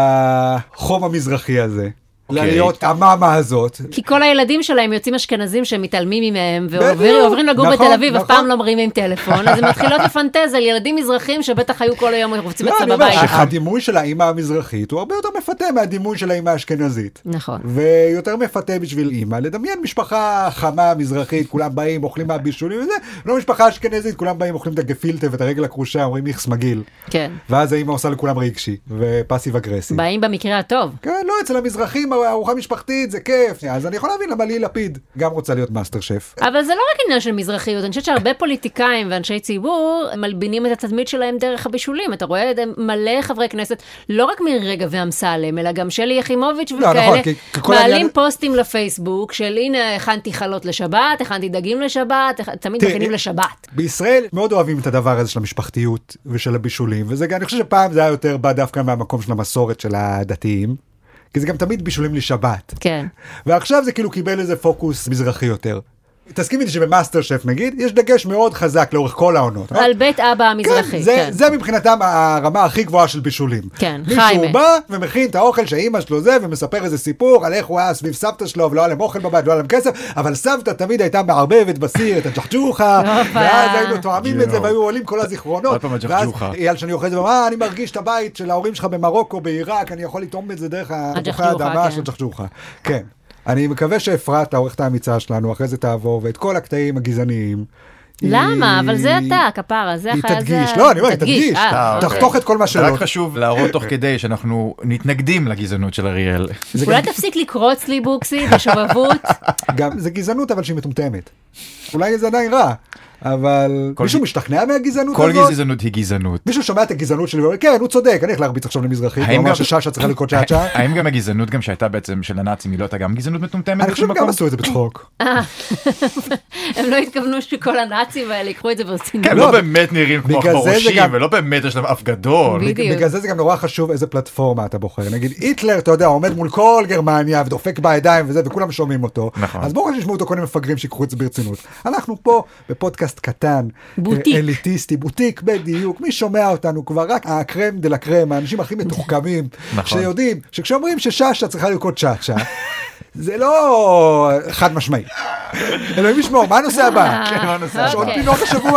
לחום המזרחי הזה. להיות המאמה הזאת. כי כל הילדים שלהם יוצאים אשכנזים שהם מתעלמים מהם, ועוברים לגור בתל אביב, אף פעם לא מרימים טלפון, אז הם מתחילות לפנטז על ילדים מזרחים שבטח היו כל היום רוצים אצלה בבית. הדימוי של האמא המזרחית הוא הרבה יותר מפתה מהדימוי של האמא האשכנזית. נכון. ויותר מפתה בשביל אמא, לדמיין משפחה חמה מזרחית, כולם באים, אוכלים מהבישולים וזה, לא משפחה אשכנזית, כולם באים, אוכלים את הגפילטה ואת הרגל הכרושה, אומרים איכס מגעיל. כן. ואז האמא עושה לכולם רגשי ופסיב אגרסיב. באים במקרה הטוב. כן, לא, אצל המזרחים ארוחה משפחתית, זה כיף. אז אני יכול להבין למה ליהי לפיד גם רוצה להיות מאסטר שף. אבל זה לא רק עניין של מזרחיות, אני חושבת שהרבה פוליטיקאים ואנשי ציבור מלבינים את התדמית שלהם דרך הבישולים. אתה רואה מלא חברי כנסת, לא רק מרגע ואמסלם, אלא גם שלי יחימוביץ' וכאלה, מעלים פוסטים לפייסבוק של הנה, הכנתי חלות לשבת, הכנתי דגים לשבת, תמיד מכינים לשבת. בישראל מאוד אוהבים את הדבר הזה של המשפחתיות ושל הבישולים, וזה אני חושב שפעם זה היה יותר בא דווקא מהמקום של המסורת של הדתיים. כי זה גם תמיד בישולים לשבת. כן. ועכשיו זה כאילו קיבל איזה פוקוס מזרחי יותר. תסכים איתי שבמאסטר שף נגיד, יש דגש מאוד חזק לאורך כל העונות. על בית אבא המזרחי. כן, זה מבחינתם הרמה הכי גבוהה של בישולים. כן, חיימה. מישהו בא ומכין את האוכל שאימא שלו זה, ומספר איזה סיפור על איך הוא היה סביב סבתא שלו, ולא היה להם אוכל בבית, לא היה להם כסף, אבל סבתא תמיד הייתה מערבבת בסיר את הג'חג'וחה, ואז היינו תואמים את זה, והיו עולים כל הזיכרונות. ואז אייל שאני אוכל את זה, אני מרגיש את הבית של ההורים שלך במרוקו, בעיראק, אני יכול לטעום את זה דרך האדמה של הג'חג'וחה. כן. אני מקווה שאפרת, העורכת האמיצה שלנו, אחרי זה תעבור, ואת כל הקטעים הגזעניים. למה? אבל זה אתה, כפרה, זה היא תדגיש. לא, אני אומר, היא תדגיש. תחתוך את כל מה שלא. רק חשוב להראות תוך כדי שאנחנו מתנגדים לגזענות של אריאל. אולי תפסיק לקרוץ לי בוקסי בשובבות. גם, זה גזענות אבל שהיא מטומטמת. אולי זה עדיין רע. אבל מישהו משתכנע מהגזענות הזאת? כל גזענות היא גזענות. מישהו שומע את הגזענות שלי ואומר, כן, הוא צודק, אני הולך להרביץ עכשיו למזרחית, הוא אמר ששאשא צריכה לקרוא צ'אצ'ה. האם גם הגזענות גם שהייתה בעצם של הנאצים, היא לא הייתה גם גזענות מטומטמת? אני חושב שגם עשו את זה בצחוק. הם לא התכוונו שכל הנאצים האלה יקחו את זה ברצינות. כן, לא באמת נראים כמו חרושים, ולא באמת יש להם אף גדול. בגלל זה זה גם נורא חשוב איזה פלטפורמה אתה בוחר. נגיד, היטלר, אתה יודע, עומד מול כל גרמניה ודופק בידיים וזה, וכולם שומעים אותו. אז בואו נשמעו אותו כל מיני מפגרים שיקחו את זה ברצינות. אנחנו פה בפודקאסט קטן, אליטיסטי, בוטיק בדיוק, מי שומע אותנו כבר רק הקרם דה לקרם, האנשים הכי מתוחכמים, שיודעים שכשאומרים ששאשא צריכה לרקוד צ'אצ'ה, זה לא חד משמעי. אלוהים ישמור, מה הנושא הבא? יש עוד פינות השבוע?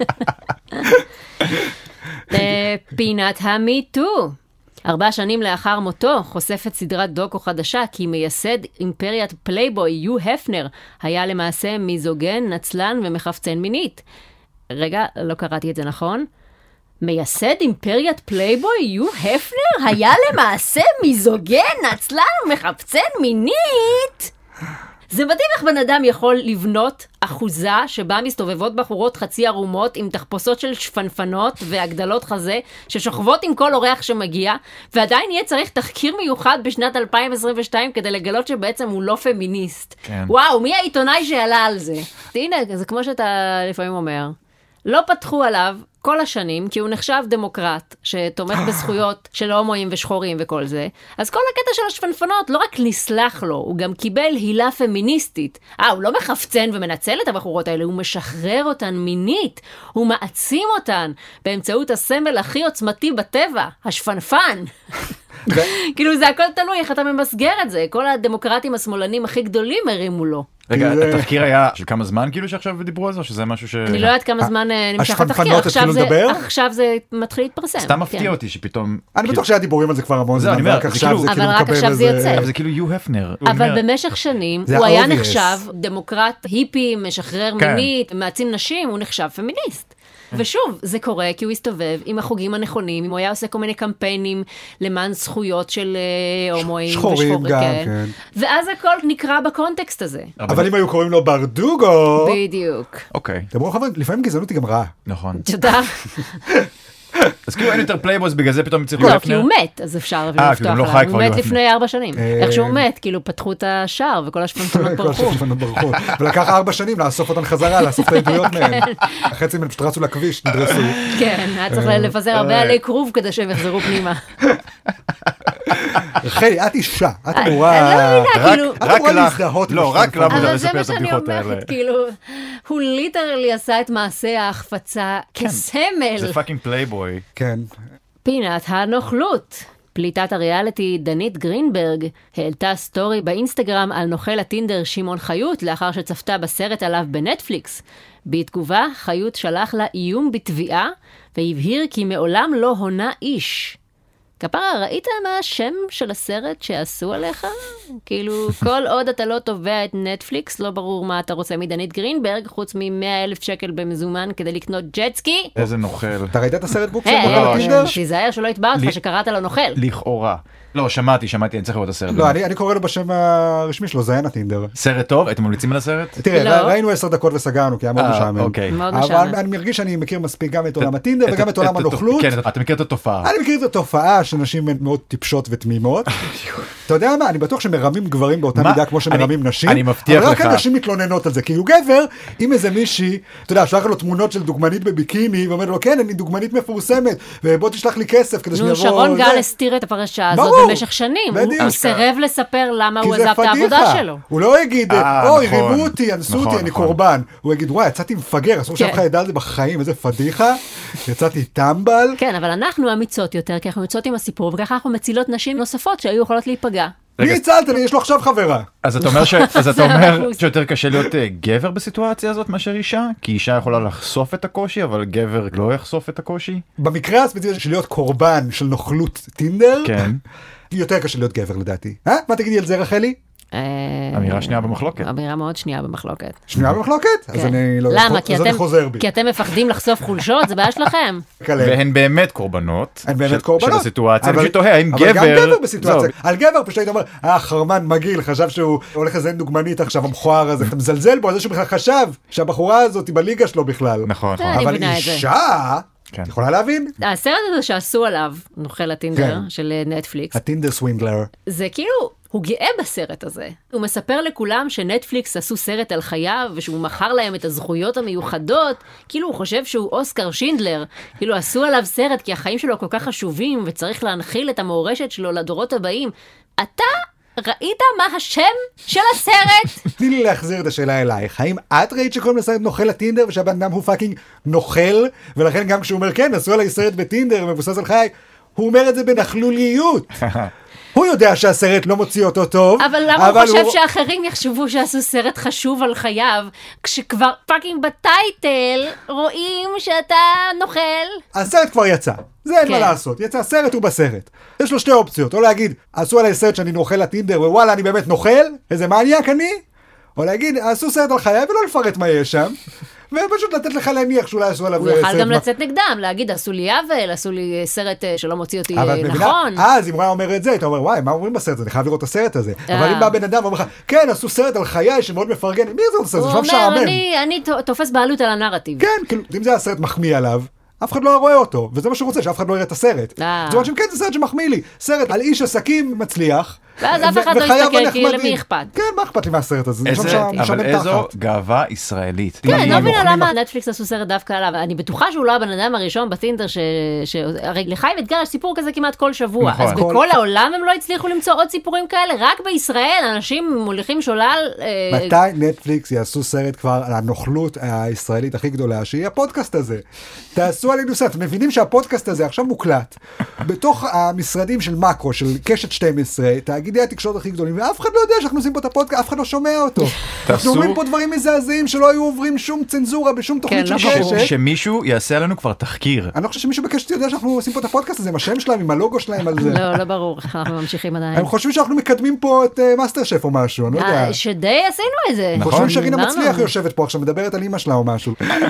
פינת המיטו. 4 שנים לאחר מותו, חושפת סדרת דוקו חדשה כי מייסד אימפריית פלייבוי יו הפנר היה למעשה מיזוגן, נצלן ומחפצן מינית. רגע, לא קראתי את זה נכון. מייסד אימפריית פלייבוי יו הפנר היה למעשה מיזוגן, נצלן ומחפצן מינית? זה מדהים איך בן אדם יכול לבנות אחוזה שבה מסתובבות בחורות חצי ערומות עם תחפושות של שפנפנות והגדלות חזה ששוכבות עם כל אורח שמגיע, ועדיין יהיה צריך תחקיר מיוחד בשנת 2022 כדי לגלות שבעצם הוא לא פמיניסט. כן. וואו, מי העיתונאי שעלה על זה? הנה, זה כמו שאתה לפעמים אומר. לא פתחו עליו כל השנים, כי הוא נחשב דמוקרט, שתומך בזכויות של הומואים ושחורים וכל זה. אז כל הקטע של השפנפנות לא רק נסלח לו, הוא גם קיבל הילה פמיניסטית. הוא לא מחפצן ומנצל את הבחורות האלה, הוא משחרר אותן מינית, הוא מעצים אותן באמצעות הסמל הכי עוצמתי בטבע, השפנפן. כאילו זה הכל תלוי איך אתה ממסגר את זה. כל הדמוקרטים השמאלנים הכי גדולים הרימו לו. רגע, התחקיר היה של כמה זמן כאילו שעכשיו דיברו על זה, או שזה משהו ש... אני לא יודעת כמה זמן נמשך התחקיר, עכשיו זה מתחיל להתפרסם. סתם מפתיע אותי שפתאום... אני בטוח שהיה דיבורים על זה כבר המון זמן, אבל רק עכשיו זה יוצא. זה כאילו יו הפנר. אבל במשך שנים הוא היה נחשב דמוקרט היפי, משחרר מינית, מעצים נשים, הוא נחשב פמיניסט. ושוב, זה קורה כי הוא הסתובב עם החוגים הנכונים, אם הוא היה עושה כל מיני קמפיינים למען זכויות של הומואים שחורים גם, כן. ואז הכל נקרא בקונטקסט הזה. אבל אם היו קוראים לו ברדוגו... בדיוק. אוקיי. דברו חבר, לפעמים גזענות היא גם רעה. נכון. תודה. אז כאילו אין יותר פלייבויז, בגלל זה פתאום צריך לא, כי הוא מת, אז אפשר לפתוח עליו. הוא מת לפני 4 שנים. איך שהוא מת, כאילו פתחו את השער וכל השפנפנות ברחו. ולקח 4 שנים לאסוף אותן חזרה, לאסוף את העדויות מהן. חצי מהם פשוט רצו לכביש, נדרסו. כן, היה צריך לפזר הרבה עלי כרוב כדי שהם יחזרו פנימה. רחלי, את אישה, את אמורה... רק להזדהות. לא, רק למה אבל זה מה שאני אומרת, כאילו, הוא ליטרלי עשה את מעשה ההחפצה כסמל. זה פאקינג פלייבוי. כן. פינת הנוכלות. פליטת הריאליטי דנית גרינברג העלתה סטורי באינסטגרם על נוכל הטינדר שמעון חיות לאחר שצפתה בסרט עליו בנטפליקס. בתגובה, חיות שלח לה איום בתביעה והבהיר כי מעולם לא הונה איש. כפרה, ראית מה השם של הסרט שעשו עליך? כאילו, כל עוד אתה לא תובע את נטפליקס, לא ברור מה אתה רוצה מדנית גרינברג, חוץ מ100,000 שקל במזומן כדי לקנות ג'טסקי. איזה נוכל. אתה ראית את הסרט בוק של נוכל הטינדר? תיזהר שלא יתבע אותך שקראת לו נוכל. לכאורה. לא, שמעתי, אני צריך לראות את הסרט. לא, אני קורא לו בשם הרשמי שלו, זיין הטינדר. סרט טוב? אתם ממליצים על הסרט? תראה, ראינו 10 דקות וסגרנו, כי היה מאוד משעמם. מאוד משעמם. אני מרגיש שאני מכיר מספיק גם את עולם הטינדר וגם את עולם הנוכלות. כן, אתה מכיר את התופעה. אני מכיר את התופעה שנשים הן מאוד טיפשות ותמימות. אתה יודע מה? אני בטוח שמרמים גברים באותה מידה כמו שמרמים נשים. אני מבטיח לך. אבל רק הנשים מתלוננות על זה, כי הוא גבר, אם איזה מישהי, אתה יודע, שלח לו תמונות של דוגמנית בביקיני, ואומר לו, כן, אני דוגמנית מפורסמת, ובוא תשלח לי כסף כדי שאני אבוא... שרון גל הסתיר את הפרשה הזאת במשך שנים. הוא סירב לספר למה הוא עזב את העבודה שלו. הוא לא יגיד, אוי, רימו אותי, אנסו אותי, אני קורבן. הוא יגיד, וואי, יצאתי מפגר, אסור שאף אחד ידע על זה בחיים, איזה פדיחה. יצאתי טמבל. כן, אבל אנחנו אמיצות יותר, כי אנחנו יוצאות עם הסיפור, וככה אנחנו מצילות נשים נוספות שהיו יכולות להיפגע. מי הצלת לי? יש לו עכשיו חברה. אז אתה אומר שיותר קשה להיות גבר בסיטואציה הזאת מאשר אישה? כי אישה יכולה לחשוף את הקושי, אבל גבר לא יחשוף את הקושי? במקרה הספציפי של להיות קורבן של נוכלות טינדר, יותר קשה להיות גבר לדעתי. מה תגידי על זה רחלי? אמירה שנייה במחלוקת. אמירה מאוד שנייה במחלוקת. שנייה במחלוקת? אז אני לא... למה? חוזר בי. כי אתם מפחדים לחשוף חולשות, זה בעיה שלכם. והן באמת קורבנות. הן באמת קורבנות. של הסיטואציה. אני פשוט תוהה, האם גבר... אבל גם גבר בסיטואציה. על גבר פשוט היית אומר, חרמן מגעיל, חשב שהוא הולך לזיין דוגמנית עכשיו, המכוער הזה, אתה מזלזל בו, על זה שהוא בכלל חשב שהבחורה הזאת היא בליגה שלו בכלל. נכון. אבל אישה... את יכולה להבין? הסרט הזה שעשו עליו, נוכל הטינדר של נטפליקס. הטינדר סווינגלר. זה כאילו, הוא גאה בסרט הזה. הוא מספר לכולם שנטפליקס עשו סרט על חייו, ושהוא מכר להם את הזכויות המיוחדות. כאילו הוא חושב שהוא אוסקר שינדלר. כאילו עשו עליו סרט כי החיים שלו כל כך חשובים, וצריך להנחיל את המורשת שלו לדורות הבאים. אתה... ראית מה השם של הסרט? תני לי להחזיר את השאלה אלייך. האם את ראית שקוראים לסרט נוכל הטינדר ושהבן אדם הוא פאקינג נוכל, ולכן גם כשהוא אומר כן, עשו עליי סרט בטינדר מבוסס על חיי, הוא אומר את זה בנכלוליות. הוא יודע שהסרט לא מוציא אותו טוב. אבל למה הוא חושב שאחרים יחשבו שעשו סרט חשוב על חייו, כשכבר פאקינג בטייטל רואים שאתה נוכל? הסרט כבר יצא. זה אין מה לעשות. יצא סרט הוא בסרט. יש לו 2 אופציות. או להגיד, עשו עליי סרט שאני נוכל לטינדר, ווואלה, אני באמת נוכל? איזה מניאק אני? או להגיד, עשו סרט על חיי ולא לפרט מה יש שם. ופשוט לתת לך להניח שאולי עשו עליו... הוא יוכל גם לצאת נגדם, להגיד, עשו לי עוול, עשו לי סרט שלא מוציא אותי נכון. אז אם הוא היה אומר את זה, אתה אומר, וואי, מה אומרים בסרט הזה? אני חייב לראות את הסרט הזה. אבל אם בא בן אדם ואומר לך, כן, עשו סרט על חיי שמאוד מפרגן, מי זה הסרט? הוא אומר, אני תופס בעלות על הנרטיב. כן, כאילו, אם זה הסרט מחמיא עליו, אף אחד לא רואה אותו, וזה מה שהוא רוצה, שאף אחד לא יראה את הסרט. זאת אומרת שכן, זה סרט שמחמיא לי. סרט על איש עסקים מצליח, ואז אף אחד לא יסתכל, כי למי אכפת. כן, מה אכפת לי מהסרט הזה? אבל איזו גאווה ישראלית. כן, לא מבינה למה נטפליקס עשו סרט דווקא עליו. אני בטוחה שהוא לא הבן אדם הראשון בטינדר הרי לחיים אתגר יש סיפור כזה כמעט כל שבוע. אז בכל העולם הם לא הצליחו למצוא עוד סיפורים כאלה, רק בישראל אנשים מוליכים שולל. מתי נטפליקס יעשו סרט כבר על הנוכלות הישראלית הכי גדולה, שהיא הפודקאסט הזה? תעשו עלינו סרט. אתם מבינים שהפודקאסט הזה עכשיו מוקלט בתוך המשרדים של מקרו, של קשת 12, תאגידי התקשורת הכי גדולים, ואף אחד לא יודע שאנחנו עושים פה את הפודקאסט, אף אחד לא שומע אותו. אנחנו אומרים פה דברים מזעזעים שלא היו עוברים שום צנזורה בשום תוכנית של קשת. שמישהו יעשה לנו כבר תחקיר. אני לא חושב שמישהו בקשת יודע שאנחנו עושים פה את הפודקאסט הזה, עם השם שלהם, עם הלוגו שלהם על זה. לא ברור, אנחנו ממשיכים עדיין. הם חושבים שאנחנו מקדמים פה את מאסטר שף או משהו, אני לא יודע. שדי עשינו את זה. חושבים שרינה מצליח יושבת פה עכשיו, מדברת על אמא שלה או משהו.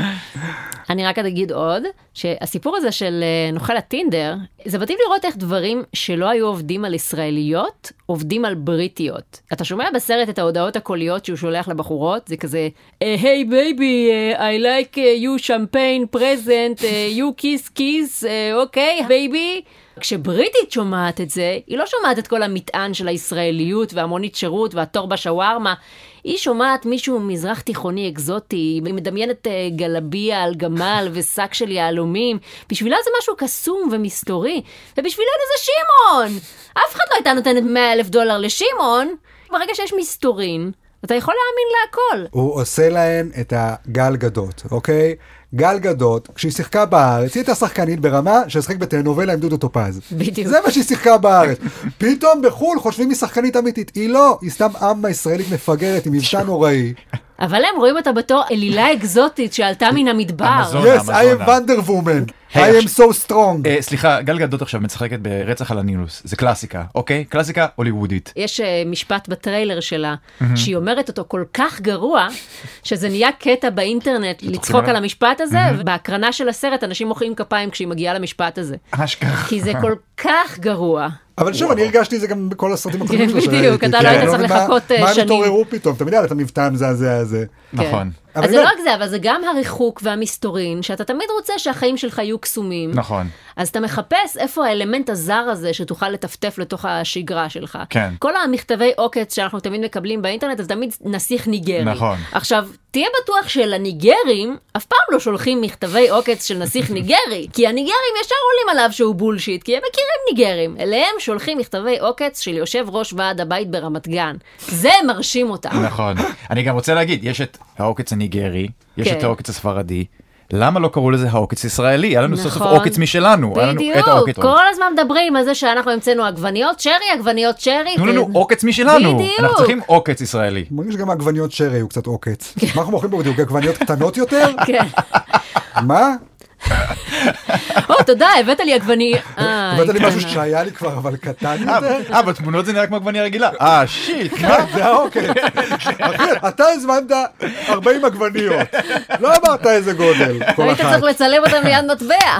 אני רק אגיד עוד, שהסיפור הזה של נוכל הטינדר, זה מדהים לראות איך דברים שלא היו עובדים על ישראליות, עובדים על בריטיות. אתה שומע בסרט את ההודעות הקוליות שהוא שולח לבחורות, זה כזה, hey baby, I like you champagne present, you kiss, okay, baby. כשבריטית שומעת את זה, היא לא שומעת את כל המטען של הישראליות והמונית שירות והתור בשווארמה, היא שומעת מישהו מזרח תיכוני אקזוטי, היא מדמיינת גלביה על גמל ושק של יהלומים, בשבילה זה משהו קסום ומסתורי, ובשבילנו זה שימון! אף אחד לא הייתה נותנת $100,000 לשמעון, ברגע שיש מסתורין, אתה יכול להאמין להכל. הוא עושה להן את הגל גדות, אוקיי? גל גדות, כשהיא שיחקה בארץ, היא הייתה שחקנית ברמה ששחק בטלנובלה עם דודו טופז. בדיוק. זה מה שהיא שיחקה בארץ. פתאום בחול חושבים היא שחקנית אמיתית. היא לא, היא סתם אמה ישראלית מפגרת עם מבטא נוראי. אבל הם רואים אותה בתור אלילה אקזוטית שעלתה מן המדבר. Yes, I am Wonder Woman. I am so strong. סליחה, גל גדות עכשיו משחקת ברצח על הנילוס. זה קלאסיקה, אוקיי? קלאסיקה הוליוודית. יש משפט בטריילר שלה, שהיא אומרת אותו כל כך גרוע, שזה נהיה קטע באינטרנט לצחוק על המשפט הזה, ובהקרנה של הסרט אנשים מוחאים כפיים כשהיא מגיעה למשפט הזה. כי זה כל כך גרוע. אבל שוב, אני הרגשתי את זה גם בכל הסרטים הקודמים שלו. בדיוק, אתה לא היית צריך לחכות שנים. מה הם התעוררו פתאום? תמיד היה את המבטא המזעזע הזה. נכון. אז זה לא רק זה, אבל זה גם הריחוק והמסתורין, שאתה תמיד רוצה שהחיים שלך יהיו קסומים. נכון. אז אתה מחפש איפה האלמנט הזר הזה שתוכל לטפטף לתוך השגרה שלך. כן. כל המכתבי עוקץ שאנחנו תמיד מקבלים באינטרנט, אז תמיד נסיך ניגרי. נכון. עכשיו, תהיה בטוח שלניגרים אף פעם לא שולחים מכתבי עוקץ של נסיך ניגרי, כי הניגרים ישר עולים עליו שהוא בולשיט, כי הם מכירים ניגרים. אליהם שולחים מכתבי עוקץ של יושב ראש ועד הבית ברמת גן. זה מרשים אותם. נכון. אני גם רוצה להגיד, יש את העוקץ הניגרי, יש את העוקץ הספרדי. למה לא קראו לזה העוקץ ישראלי? היה לנו סוף סוף עוקץ משלנו. בדיוק, כל הזמן מדברים על זה שאנחנו המצאנו עגבניות שרי. תנו לנו עוקץ משלנו. אנחנו צריכים עוקץ ישראלי. מרגיש שגם העגבניות שרי היו קצת עוקץ. מה אנחנו מוכרים פה בדיוק? עגבניות קטנות יותר? כן. מה? תודה, הבאת לי עגבניה. הבאת לי משהו שהיה לי כבר, אבל קטן יותר. בתמונות זה נראה כמו עגבניה רגילה. שיט. זה העוקץ. אתה הזמנת 40 עגבניות. לא אמרת איזה גודל. היית צריך לצלם אותם ליד מטבע.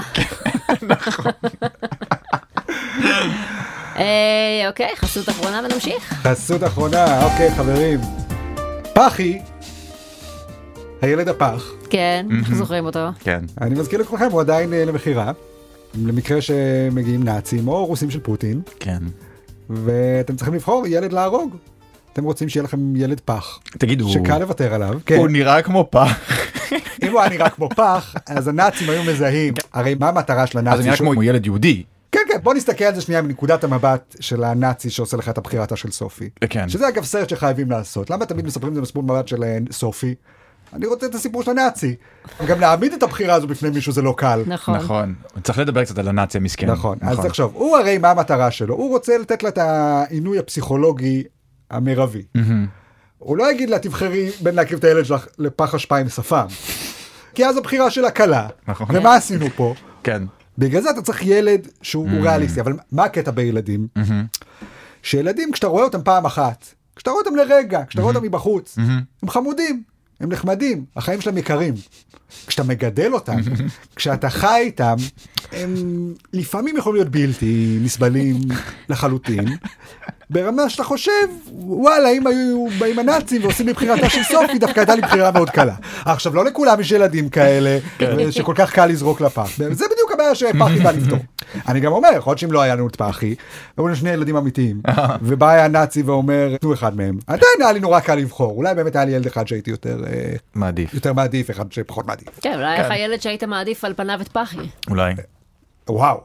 אוקיי, חסות אחרונה ונמשיך. חסות אחרונה, אוקיי חברים. פחי, הילד הפח. כן, אנחנו זוכרים אותו. כן. אני מזכיר לכולכם, הוא עדיין למחירה, למקרה שמגיעים נאצים או רוסים של פוטין. כן. ואתם צריכים לבחור ילד להרוג. אתם רוצים שיהיה לכם ילד פח. תגידו, שקל לוותר עליו. הוא נראה כמו פח. אם הוא היה נראה כמו פח, אז הנאצים היו מזהים. הרי מה המטרה של הנאצי? אז הוא נראה כמו ילד יהודי. כן, כן, בוא נסתכל על זה שנייה מנקודת המבט של הנאצי שעושה לך את הבחירתה של סופי. כן. שזה אגב סרט שחייבים לעשות. למה תמיד מספרים את זה מספור מבט של סופי? אני רוצה את הסיפור של הנאצי. גם להעמיד את הבחירה הזו בפני מישהו זה לא קל. נכון. צריך לדבר קצת על הנאצי המסכן. נכון. אז תחשוב, הוא הרי מה המטרה שלו? הוא רוצה לתת לה את העינוי הפסיכולוגי המרבי. הוא לא יגיד לה, תבחרי בין להקריב את הילד שלך לפח אשפה עם שפם. כי אז הבחירה שלה קלה. נכון. ומה עשינו פה? כן. בגלל זה אתה צריך ילד שהוא ריאליסטי. אבל מה הקטע בילדים? שילדים, כשאתה רואה אותם פעם אחת, כשאתה רואה אותם לרגע, כשאתה רואה אותם מבחוץ, הם חמודים, הם נחמדים, החיים שלהם יקרים. כשאתה מגדל אותם, כשאתה חי איתם, הם לפעמים יכולים להיות בלתי נסבלים לחלוטין, ברמה שאתה חושב, וואלה, אם היו באים הנאצים ועושים לבחירתה של סופי, דווקא הייתה לי בחירה מאוד קלה. עכשיו, לא לכולם יש ילדים כאלה, שכל כך קל לזרוק לפח. זה בדיוק הבעיה שפחי בא לפתור. אני גם אומר, יכול להיות שאם לא היה לנו את פחי, היו לנו שני ילדים אמיתיים, ובא היה נאצי ואומר, תנו אחד מהם. עדיין היה לי נורא קל לבחור, אולי באמת היה לי ילד אחד שהייתי יותר מעדיף, אחד שפחות מעדיף. כן, אולי היה לך ילד שהיית מעדיף על פניו את פחי. אולי. וואו.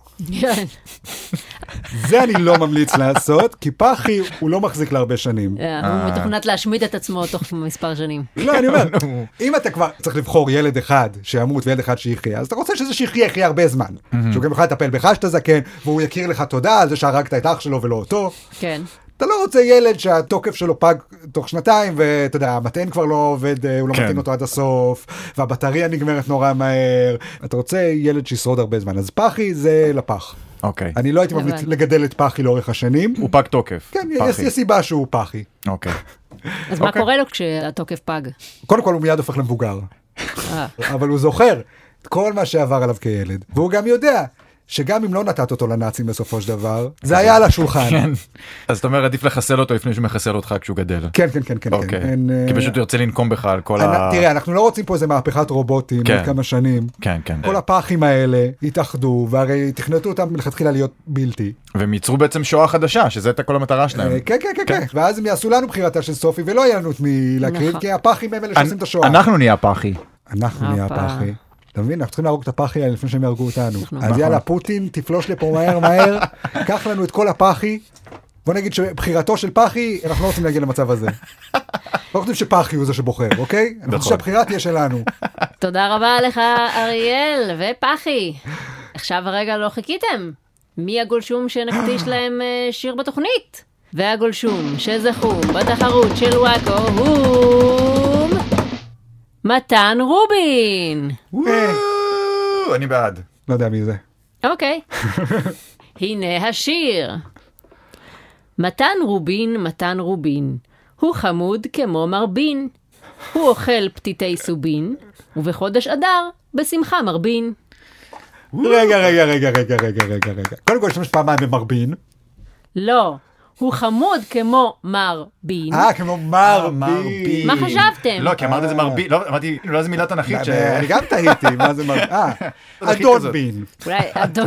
זה אני לא ממליץ לעשות, כי פחי הוא לא מחזיק להרבה שנים. הוא מתוכנת להשמיד את עצמו תוך מספר שנים. לא, אני אומר, אם אתה כבר צריך לבחור ילד אחד שימות וילד אחד שיחיה, אז אתה רוצה שזה שיחיה הרבה זמן. שהוא גם יכול לטפל בך שאתה זקן, והוא יכיר לך תודה על זה שהרגת את אח שלו ולא אותו. כן. אתה לא רוצה ילד שהתוקף שלו פג תוך שנתיים, ואתה יודע, המטען כבר לא עובד, הוא לא מתאים אותו עד הסוף, והבטריה נגמרת נורא מהר. אתה רוצה ילד שישרוד הרבה זמן. אז פחי זה לפח. אוקיי. אני לא הייתי ממליץ לגדל את פחי לאורך השנים. הוא פג תוקף. כן, יש סיבה שהוא פחי. אוקיי. אז מה קורה לו כשהתוקף פג? קודם כל הוא מיד הופך למבוגר. אבל הוא זוכר את כל מה שעבר עליו כילד. והוא גם יודע שגם אם לא נתת אותו לנאצים בסופו של דבר, זה היה על השולחן. כן. אז אתה אומר, עדיף לחסל אותו לפני שהוא מחסל אותך כשהוא גדל. כן. אוקיי. כי פשוט ירצה לנקום בך על כל תראה, אנחנו לא רוצים פה איזה מהפכת רובוטים עוד כמה שנים. כן. כל הפחים האלה התאחדו, והרי תכנתו אותם מלכתחילה להיות בלתי. והם ייצרו בעצם שואה חדשה, שזה הייתה כל המטרה שלהם. כן. ואז הם יעשו לנו בחירתה של סופי, ולא יהיה לנו את מי להקריב, כי הפחים הם אלה שעושים את השואה. אנחנו נהיה פחי. אנחנו נהיה פחי. אתה מבין? אנחנו צריכים להרוג את הפחי האלה לפני שהם יהרגו אותנו. אז יאללה, פוטין, תפלוש לפה מהר, קח לנו את כל הפחי. בוא נגיד שבחירתו של פחי, אנחנו לא רוצים להגיע למצב הזה. לא רוצים שפחי הוא זה שבוחר, אוקיי? אנחנו רוצים שהבחירה תהיה שלנו. תודה רבה לך, אריאל ופחי. עכשיו הרגע לא חיכיתם. מי הגולשום שנקדיש להם שיר בתוכנית? והגולשום שזכו בתחרות של וואקו הוא מתן רובין. אני בעד. לא יודע מי זה. אוקיי. הנה השיר. מתן רובין, הוא חמוד כמו מרבין. הוא אוכל פתיתי סובין, ובחודש אדר בשמחה מרבין. רגע. קודם כל יש פעמיים במרבין. לא. הוא חמוד כמו מרבין. כמו מרבין. מה חשבתם? לא, כי אמרת את זה מרבין. לא, אמרתי, לא, זה מילה תנכית אני גם תהיתי, מה זה מרבין? אדון בין. אולי אדון.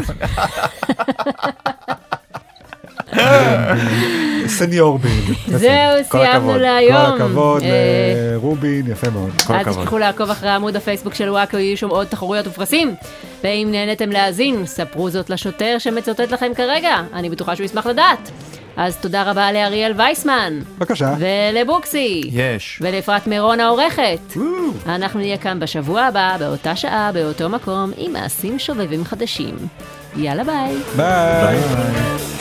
סניור בין. זהו, סיימנו להיום. כל הכבוד לרובין, יפה מאוד. אל תשכחו לעקוב אחרי עמוד הפייסבוק של וואקו, יהיו שם עוד תחרויות ופרסים. ואם נהנתם להאזין, ספרו זאת לשוטר שמצוטט לכם כרגע. אני בטוחה שהוא ישמח לדעת. אז תודה רבה לאריאל וייסמן. בבקשה. ולבוקסי. יש. ולאפרת מירון העורכת. אנחנו נהיה כאן בשבוע הבא, באותה שעה, באותו מקום, עם מעשים שובבים חדשים. יאללה ביי. ביי.